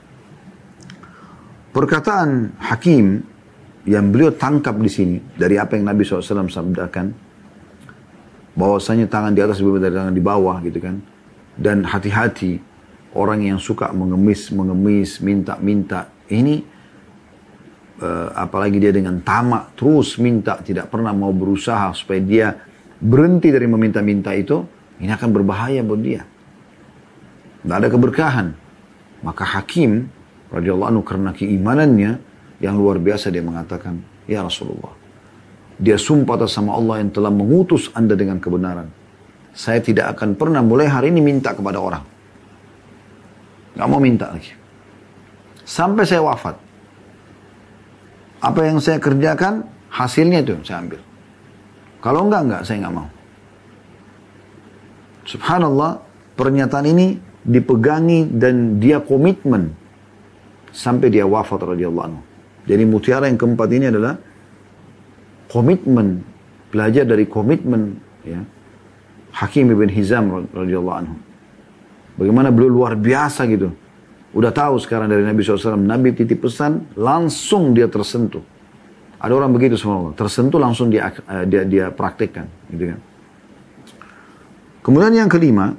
perkataan Hakim yang beliau tangkap di sini dari apa yang Nabi SAW sabdakan, bahwasanya tangan di atas lebih dari tangan di bawah gitu kan, dan hati-hati orang yang suka mengemis, minta-minta. Ini apalagi dia dengan tamak terus minta, tidak pernah mau berusaha supaya dia berhenti dari meminta-minta itu, ini akan berbahaya buat dia. Tidak ada keberkahan. Maka Hakim radhiyallahu anhu karena keimanannya yang luar biasa dia mengatakan, ya Rasulullah, dia sumpah atas sama Allah yang telah mengutus anda dengan kebenaran. Saya tidak akan pernah mulai hari ini minta kepada orang. Gak mau minta lagi. Sampai saya wafat. Apa yang saya kerjakan, hasilnya itu saya ambil. Kalau enggak, saya enggak mau. Subhanallah, pernyataan ini dipegangi dan dia komitmen sampai dia wafat radhiyallahu anhu. Jadi mutiara yang keempat ini adalah komitmen, belajar dari komitmen ya, Hakim ibn Hizam radhiyallahu anhu. Bagaimana beliau luar biasa gitu. Udah tahu sekarang dari Nabi SAW, Nabi titip pesan, langsung dia tersentuh. Ada orang begitu subhanallah, tersentuh langsung dia praktekkan, gitu kan. Kemudian yang kelima,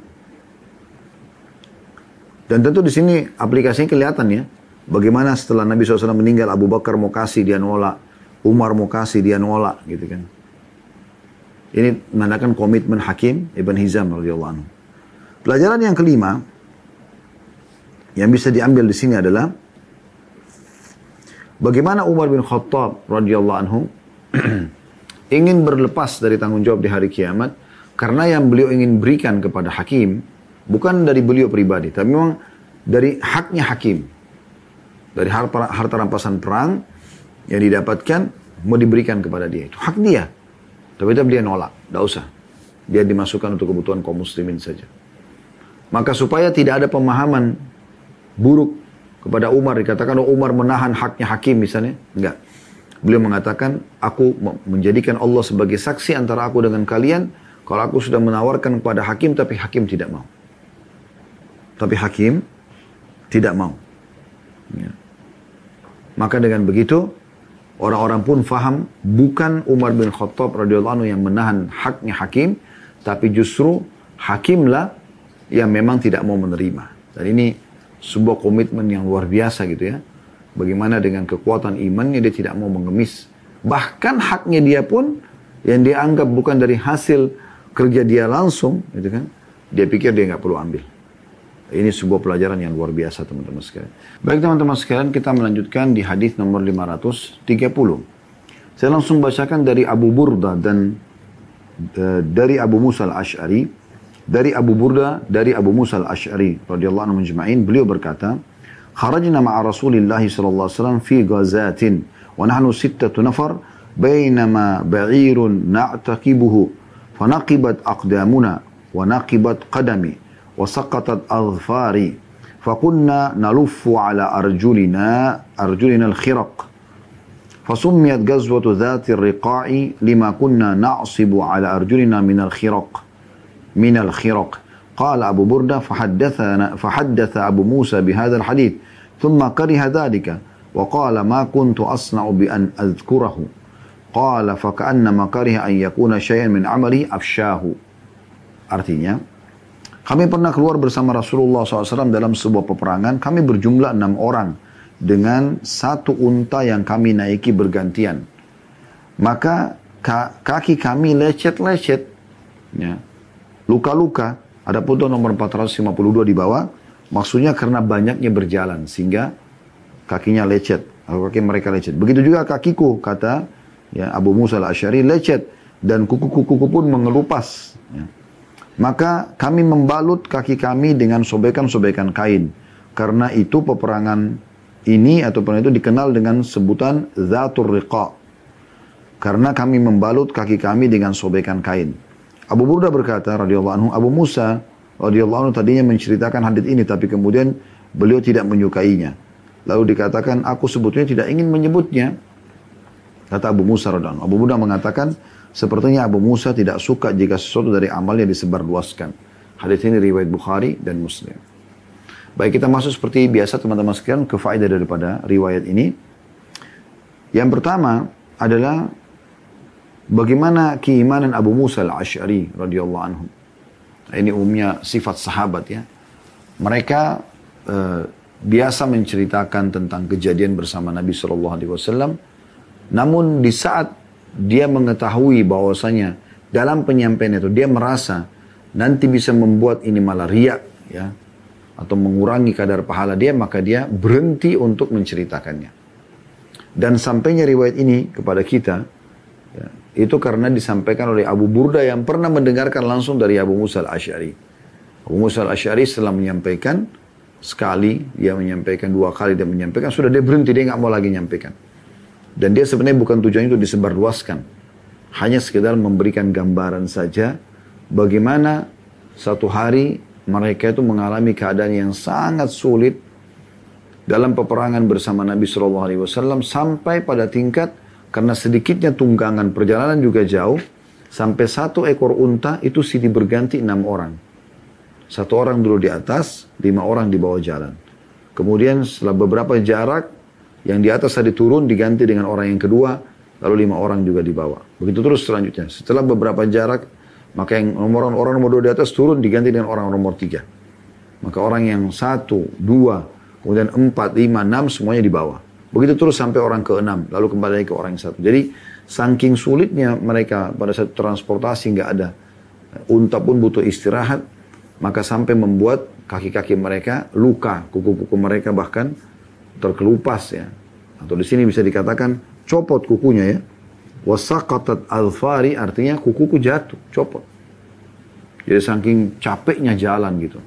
dan tentu di sini aplikasinya kelihatan ya, bagaimana setelah Nabi SAW meninggal, Abu Bakar mau kasih dia nolak, Umar mau kasih dia nolak, gitu kan. Ini menandakan komitmen Hakim ibn Hizam radhiyallahu anhu. Pelajaran yang kelima yang bisa diambil di sini adalah bagaimana Umar bin Khattab radhiyallahu anhu ingin berlepas dari tanggung jawab di hari kiamat karena yang beliau ingin berikan kepada Hakim bukan dari beliau pribadi, tapi memang dari haknya Hakim, dari harta rampasan perang yang didapatkan mau diberikan kepada dia, itu hak dia. Tapi dia nolak, tidak usah, dia dimasukkan untuk kebutuhan kaum muslimin saja. Maka supaya tidak ada pemahaman buruk kepada Umar, dikatakan oh Umar menahan haknya Hakim misalnya, enggak. Beliau mengatakan, aku menjadikan Allah sebagai saksi antara aku dengan kalian, kalau aku sudah menawarkan kepada Hakim, tapi Hakim tidak mau. Tapi Hakim tidak mau. Ya. Maka dengan begitu, orang-orang pun faham, bukan Umar bin Khattab radhiyallahu anhu yang menahan haknya Hakim, tapi justru Hakimlah yang memang tidak mau menerima. Dan ini sebuah komitmen yang luar biasa gitu ya. Bagaimana dengan kekuatan imannya dia tidak mau mengemis. Bahkan haknya dia pun yang dia anggap bukan dari hasil kerja dia langsung, gitu kan. Dia pikir dia nggak perlu ambil. Ini sebuah pelajaran yang luar biasa teman-teman sekalian. Baik teman-teman sekalian, kita melanjutkan di hadis nomor 530. Saya langsung bacakan dari Abu Burda dan dari Abu Musa al-Ash'ari. Dari Abu Burda, dari Abu Musa al-Ash'ari radhiyallahu anhu majma'in, beliau berkata, "Kharajna ma'a Rasulillah sallallahu alaihi wasallam fi ghazatin wa nahnu 6 nafar bainama ba'irun na'taqibuhu fanaqibat aqdamuna wa naqibat qadami wa saqatat adhfari fakunna naluffu ala arjulina al-khiraq فسميت غزوة ذات الرقاع لما كنا نعصب على أرجلنا من الخرق قال أبو بردة فحدث أبو موسى بهذا الحديث ثم كره ذلك وقال ما كنت أصنع بأن أذكره قال فكأنما كره أن يكون شيئا من عمله أفشاه. Artinya, kami pernah keluar bersama Rasulullah SAW dalam sebuah peperangan. Kami berjumlah 6 orang dengan satu unta yang kami naiki bergantian. Maka kaki kami lecet-lecet, ya, luka-luka. Ada foto nomor 452 di bawah. Maksudnya karena banyaknya berjalan sehingga kakinya lecet. Atau kaki mereka lecet. Begitu juga kakiku, kata ya, Abu Musa al-Ash'ari, lecet. Dan kuku-kuku pun mengelupas. Ya. Maka kami membalut kaki kami dengan sobekan-sobekan kain. Karena itu peperangan ini atau peperangan itu dikenal dengan sebutan Zatur Riqa. Karena kami membalut kaki kami dengan sobekan kain. Abu Burda berkata radhiyallahu anhu, Abu Musa radhiyallahu anhu tadinya menceritakan hadits ini tapi kemudian beliau tidak menyukainya. Lalu dikatakan, aku sebetulnya tidak ingin menyebutnya. Kata Abu Musa radhiyallahu anhu. Abu Burda mengatakan, sepertinya Abu Musa tidak suka jika sesuatu dari amalnya disebarluaskan. Hadits ini riwayat Bukhari dan Muslim. Baik, kita masuk seperti biasa teman-teman sekalian ke faedah daripada riwayat ini. Yang pertama adalah bagaimana keimanan Abu Musa al-Ash'ari radhiyallahu anhu. Ini umumnya sifat sahabat ya. Mereka biasa menceritakan tentang kejadian bersama Nabi SAW. Namun di saat dia mengetahui bahwasanya dalam penyampaian itu dia merasa nanti bisa membuat ini malah riak, ya, atau mengurangi kadar pahala dia, maka dia berhenti untuk menceritakannya. Dan sampainya riwayat ini kepada kita, ya, itu karena disampaikan oleh Abu Burda yang pernah mendengarkan langsung dari Abu Musa al-Asy'ari. Abu Musa al-Asy'ari setelah menyampaikan sekali, dia menyampaikan, dua kali dia menyampaikan, sudah dia berhenti, dia nggak mau lagi menyampaikan. Dan dia sebenarnya bukan tujuannya itu disebarluaskan. Hanya sekedar memberikan gambaran saja bagaimana satu hari mereka itu mengalami keadaan yang sangat sulit dalam peperangan bersama Nabi SAW sampai pada tingkat karena sedikitnya tunggangan perjalanan juga jauh sampai satu ekor unta itu silih berganti 6 orang. Satu orang dulu di atas, 5 orang di bawah jalan. Kemudian setelah beberapa jarak yang di atas tadi turun diganti dengan orang yang kedua, lalu 5 orang juga di bawah. Begitu terus selanjutnya. Setelah beberapa jarak, maka yang orang nomor 2 di atas turun diganti dengan orang nomor 3. Maka orang yang 1, 2, kemudian 4, 5, 6 semuanya di bawah. Begitu terus sampai orang ke-6, lalu kembali lagi ke orang yang 1. Jadi saking sulitnya mereka pada saat transportasi nggak ada. Unta pun butuh istirahat, maka sampai membuat kaki-kaki mereka luka, kuku-kuku mereka bahkan terkelupas, ya. Atau di sini bisa dikatakan copot kukunya, ya. Wasaqatat alfari artinya kukuku jatuh, copot. Jadi saking capeknya jalan gitu.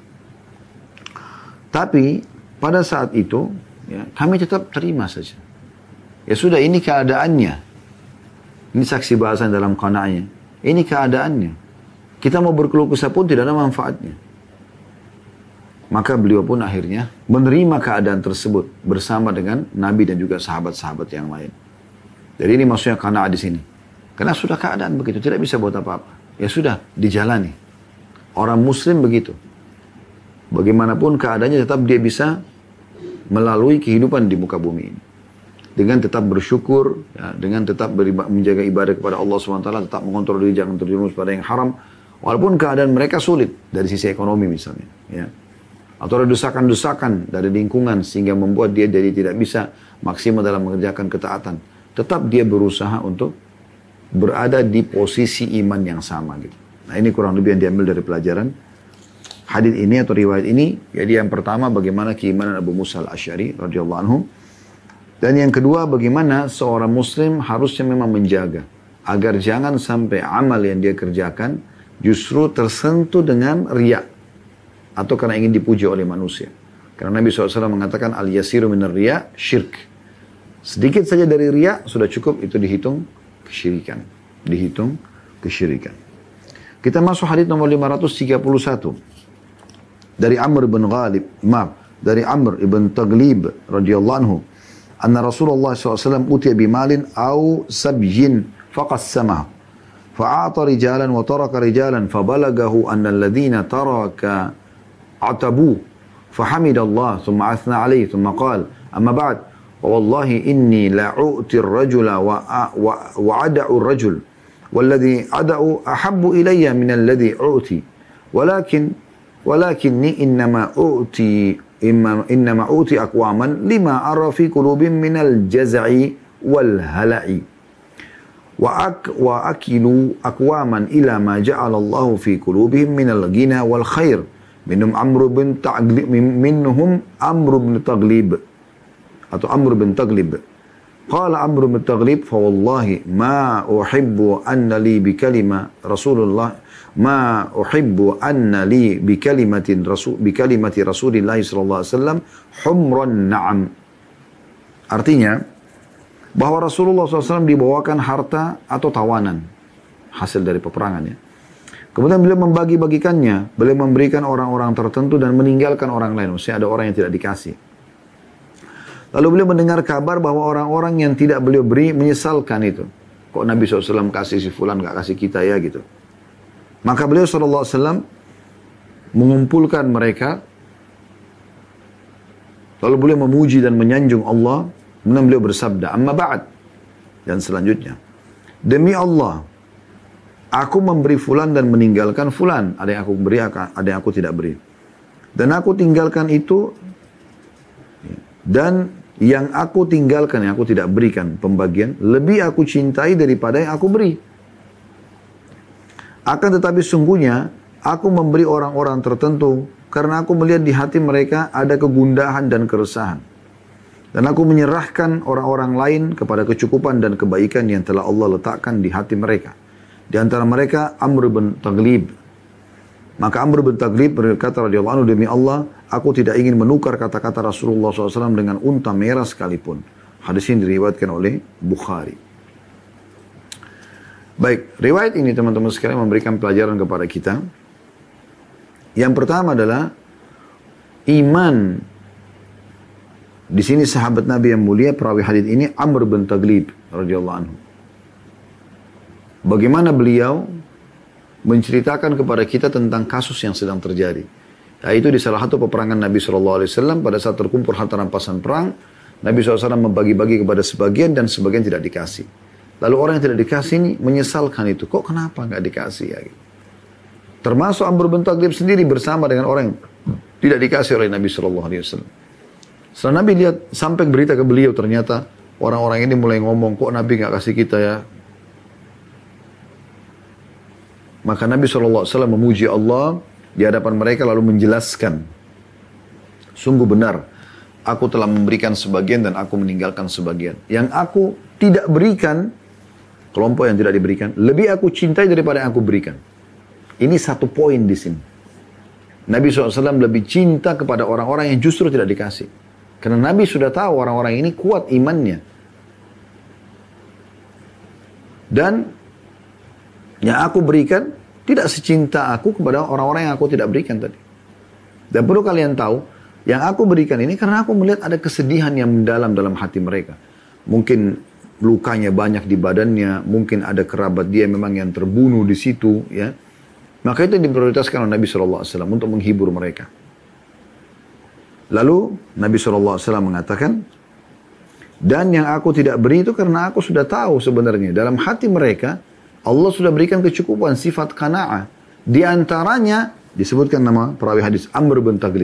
Tapi pada saat itu, ya, kami tetap terima saja. Ya sudah, ini keadaannya. Ini saksi bahasan dalam qanaahnya. Ini keadaannya. Kita mau berkeluh kesah pun tidak ada manfaatnya. Maka beliau pun akhirnya menerima keadaan tersebut bersama dengan Nabi dan juga sahabat-sahabat yang lain. Jadi ini maksudnya qanaah di sini. Karena sudah keadaan begitu, tidak bisa buat apa-apa. Ya sudah, dijalani. Orang muslim begitu. Bagaimanapun keadaannya tetap dia bisa melalui kehidupan di muka bumi ini. Dengan tetap bersyukur, ya, dengan tetap menjaga ibadah kepada Allah SWT, tetap mengontrol diri jangan terjerumus pada yang haram. Walaupun keadaan mereka sulit dari sisi ekonomi misalnya. Ya. Atau ada desakan-desakan dari lingkungan sehingga membuat dia jadi tidak bisa maksimal dalam mengerjakan ketaatan. Tetap dia berusaha untuk berada di posisi iman yang sama gitu. Nah ini kurang lebih yang diambil dari pelajaran hadis ini atau riwayat ini. Jadi yang pertama bagaimana keimanan Abu Musa al-Asy'ari radhiyallahu anhu. Dan yang kedua bagaimana seorang muslim harusnya memang menjaga agar jangan sampai amal yang dia kerjakan justru tersentuh dengan riya atau karena ingin dipuji oleh manusia. Karena Nabi SAW mengatakan al-yasiru minar riya syirk. Sedikit saja dari riya sudah cukup, itu dihitung kesyirikan. Dihitung kesyirikan. Kita masuk hadis nomor 531. Dari Amr bin Ghalib, dari Amr ibn Taglib radhiyallahu anhu, anna Rasulullah SAW utiya bimalin au sabjin faqassamahu. Fa'ata rijalan wa taraka rijalan fabalagahu anna alladhina taraka عتبوه فحمد الله ثم أثنى عليه ثم قال أما بعد والله إني لا أؤتي الرجل وأدع الرجل والذي أدع أحب إلي من الذي أؤتي ولكني إنما أؤتي أقواما لما أرى في قلوب من الجزع والهلع وأكلوا أقواما إلى ما جعل الله في قلوبهم من الغنى والخير minhum Amr bin Taglib atau Amr bin Taglib. Qala Amr bin Taglib fa wallahi ma uhibbu anna li bi kalima Rasulullah ma uhibbu anna li bi kalimati Rasulillah sallallahu alaihi wasallam humran na'am. Artinya bahwa Rasulullah SAW dibawakan harta atau tawanan hasil dari peperangan, ya. Kemudian beliau membagi-bagikannya, beliau memberikan orang-orang tertentu dan meninggalkan orang lain. Maksudnya ada orang yang tidak dikasih. Lalu beliau mendengar kabar bahwa orang-orang yang tidak beliau beri menyesalkan itu. Kok Nabi SAW kasih si fulan, gak kasih kita ya gitu. Maka beliau SAW mengumpulkan mereka. Lalu beliau memuji dan menyanjung Allah. Kemudian beliau bersabda, amma ba'd. Dan selanjutnya, demi Allah, aku memberi fulan dan meninggalkan fulan. Ada yang aku beri, ada yang aku tidak beri. Dan aku tinggalkan itu Dan yang aku tinggalkan, yang aku tidak berikan pembagian, lebih aku cintai daripada yang aku beri. Akan tetapi sungguhnya, aku memberi orang-orang tertentu, karena aku melihat di hati mereka ada kegundahan dan keresahan. Dan aku menyerahkan orang-orang lain kepada kecukupan dan kebaikan yang telah Allah letakkan di hati mereka. Di antara mereka Amr bin Taghlib. Maka Amr bin Taghlib berkata radhiyallahu anhu, demi Allah, aku tidak ingin menukar kata-kata Rasulullah SAW dengan unta merah sekalipun. Hadis ini diriwayatkan oleh Bukhari. Baik, riwayat ini teman-teman sekalian memberikan pelajaran kepada kita. Yang pertama adalah iman. Di sini sahabat Nabi yang mulia perawi hadis ini Amr bin Taghlib radhiyallahu anhu. Bagaimana beliau menceritakan kepada kita tentang kasus yang sedang terjadi. Yaitu di salah satu peperangan Nabi SAW pada saat terkumpul harta rampasan perang, Nabi SAW membagi-bagi kepada sebagian dan sebagian tidak dikasih. Lalu orang yang tidak dikasih ini menyesalkan itu. Kok kenapa nggak dikasih ya? Termasuk Amr bin Taghlib sendiri bersama dengan orang yang tidak dikasih oleh Nabi SAW. Setelah Nabi lihat sampai berita ke beliau, ternyata orang-orang ini mulai ngomong, kok Nabi nggak kasih kita ya? Maka Nabi SAW memuji Allah di hadapan mereka lalu menjelaskan. Sungguh benar, aku telah memberikan sebagian dan aku meninggalkan sebagian. Yang aku tidak berikan, kelompok yang tidak diberikan, lebih aku cintai daripada yang aku berikan. Ini satu poin di sini. Nabi SAW lebih cinta kepada orang-orang yang justru tidak dikasih. Karena Nabi sudah tahu orang-orang ini kuat imannya. Dan yang aku berikan tidak secinta aku kepada orang-orang yang aku tidak berikan tadi. Dan perlu kalian tahu, yang aku berikan ini karena aku melihat ada kesedihan yang mendalam dalam hati mereka. Mungkin lukanya banyak di badannya, mungkin ada kerabat dia memang yang terbunuh di situ, ya. Maka itu diprioritaskan oleh Nabi SAW untuk menghibur mereka. Lalu Nabi SAW mengatakan, dan yang aku tidak beri itu karena aku sudah tahu sebenarnya dalam hati mereka Allah sudah berikan kecukupan, sifat qana'ah. Di antaranya disebutkan nama perawi hadis Amr bin Taghlib.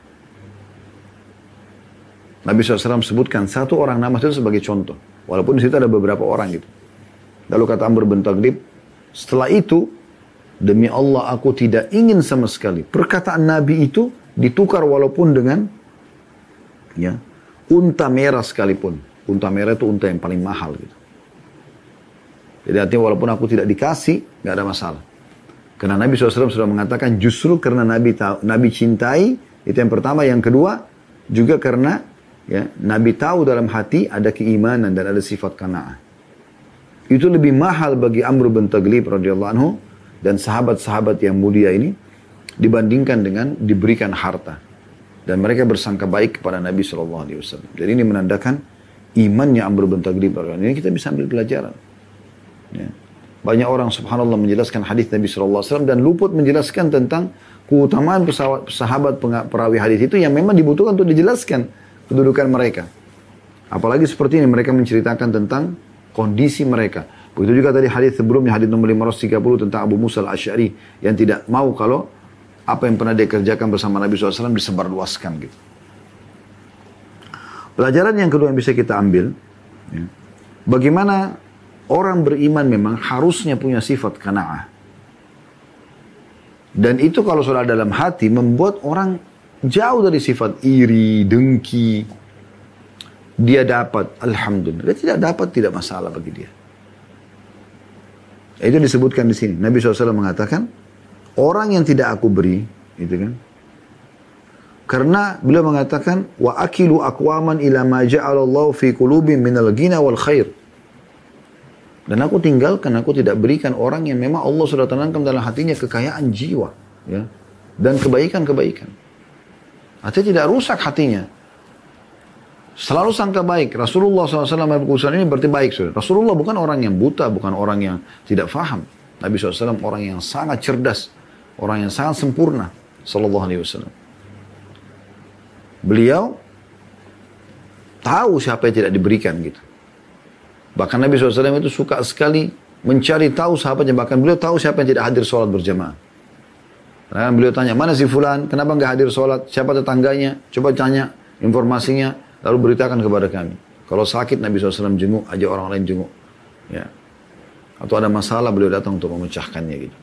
Nabi SAW sebutkan satu orang nama itu sebagai contoh. Walaupun di situ ada beberapa orang gitu. Lalu kata Amr bin Taghlib, setelah itu, demi Allah aku tidak ingin sama sekali perkataan Nabi itu ditukar walaupun dengan ya, unta merah sekalipun. Unta merah itu unta yang paling mahal gitu. Jadi artinya walaupun aku tidak dikasih, nggak ada masalah. Karena Nabi SAW sudah mengatakan justru karena Nabi cintai, itu yang pertama. Yang kedua, juga karena ya, Nabi tahu dalam hati ada keimanan dan ada sifat qanaah. Itu lebih mahal bagi Amr bin Taghlib radhiyallahu anhu dan sahabat-sahabat yang mulia ini dibandingkan dengan diberikan harta. Dan mereka bersangka baik kepada Nabi SAW. Jadi ini menandakan imannya Amr bin Taghlib. Ini kita bisa ambil pelajaran. Ya. Banyak orang subhanallah menjelaskan hadis Nabi SAW dan luput menjelaskan tentang keutamaan sahabat perawi hadis itu yang memang dibutuhkan untuk dijelaskan kedudukan mereka. Apalagi seperti ini mereka menceritakan tentang kondisi mereka. Begitu juga tadi hadis sebelumnya, hadis nomor 530 tentang Abu Musa al-Asy'ari yang tidak mau kalau apa yang pernah dia kerjakan bersama Nabi SAW disebarluaskan gitu. Pelajaran yang kedua yang bisa kita ambil, ya, bagaimana orang beriman memang harusnya punya sifat qanaah. Dan itu kalau sudah dalam hati membuat orang jauh dari sifat iri, dengki. Dia dapat, alhamdulillah. Dia tidak dapat, tidak masalah bagi dia. Itu disebutkan di sini. Nabi SAW mengatakan, orang yang tidak aku beri, itu kan. Karena beliau mengatakan, wa akilu aqwaman ila ma ja'alallahu fi qulubihim minal ghina wal khair. Dan aku tinggalkan, aku tidak berikan orang yang memang Allah sudah tanamkan dalam hatinya kekayaan jiwa, ya, dan kebaikan-kebaikan. Artinya tidak rusak hatinya. Selalu sangka baik. Rasulullah SAW ini berarti baik. Saudara. Rasulullah bukan orang yang buta, bukan orang yang tidak faham. Nabi SAW orang yang sangat cerdas, orang yang sangat sempurna. Sallallahu Alaihi Wasallam. Beliau tahu siapa yang tidak diberikan gitu. Bahkan Nabi SAW itu suka sekali mencari tahu sahabatnya. Bahkan beliau tahu siapa yang tidak hadir sholat berjamaah. Karena beliau tanya, mana si fulan? Kenapa nggak hadir sholat? Siapa tetangganya? Coba tanya informasinya. lalu beritakan kepada kami. Kalau sakit Nabi SAW jenguk, ajak orang lain jenguk. Ya. Atau ada masalah beliau datang untuk memecahkannya gitu.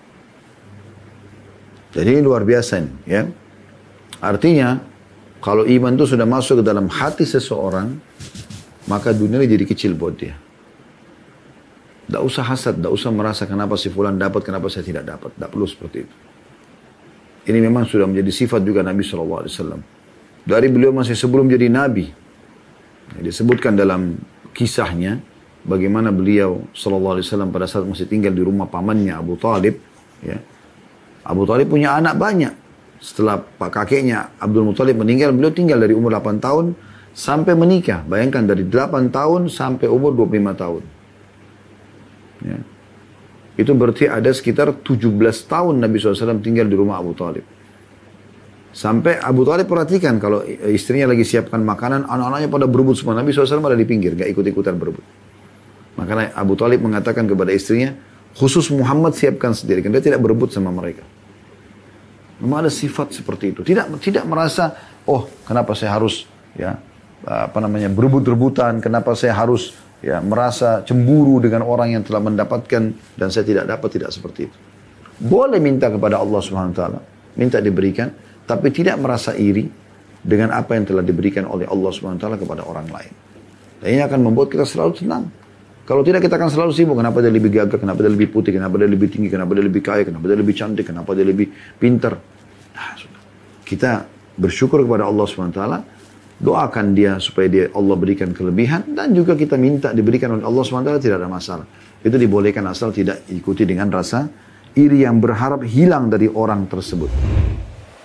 Jadi luar biasa ini. Ya. Artinya, kalau iman itu sudah masuk ke dalam hati seseorang, maka dunia ini jadi kecil buat dia. Tidak usah hasad, tidak usah merasa kenapa si fulan dapat, kenapa saya tidak dapat. Tidak perlu seperti itu. Ini memang sudah menjadi sifat juga Nabi SAW. Dari beliau masih sebelum jadi Nabi. Disebutkan dalam kisahnya, bagaimana beliau SAW pada saat masih tinggal di rumah pamannya Abu Talib. Ya. Abu Talib punya anak banyak. Setelah pak kakeknya Abdul Muttalib meninggal, beliau tinggal dari umur 8 tahun sampai menikah. Bayangkan dari 8 tahun sampai umur 25 tahun. Ya. Itu berarti ada sekitar 17 tahun Nabi SAW tinggal di rumah Abu Talib. Sampai Abu Talib perhatikan kalau istrinya lagi siapkan makanan, anak-anaknya pada berebut semua. Nabi SAW ada di pinggir, gak ikut-ikutan berebut. Makanya Abu Talib mengatakan kepada istrinya, khusus Muhammad siapkan sendiri, karena dia tidak berebut sama mereka. Memang ada sifat seperti itu. Tidak merasa, oh kenapa saya harus ya berebut-rebutan, kenapa saya harus ya merasa cemburu dengan orang yang telah mendapatkan dan saya tidak dapat, tidak seperti itu. Boleh minta kepada Allah Subhanahu wa taala, minta diberikan, tapi tidak merasa iri dengan apa yang telah diberikan oleh Allah Subhanahu wa taala kepada orang lain. Dan ini akan membuat kita selalu tenang. Kalau tidak kita akan selalu sibuk, kenapa dia lebih gagah, kenapa dia lebih putih, kenapa dia lebih tinggi, kenapa dia lebih kaya, kenapa dia lebih cantik, kenapa dia lebih pintar. Nah, kita bersyukur kepada Allah SWT, doakan dia supaya Allah berikan kelebihan, dan juga kita minta diberikan oleh Allah SWT, tidak ada masalah. Itu dibolehkan asal tidak ikuti dengan rasa iri yang berharap hilang dari orang tersebut.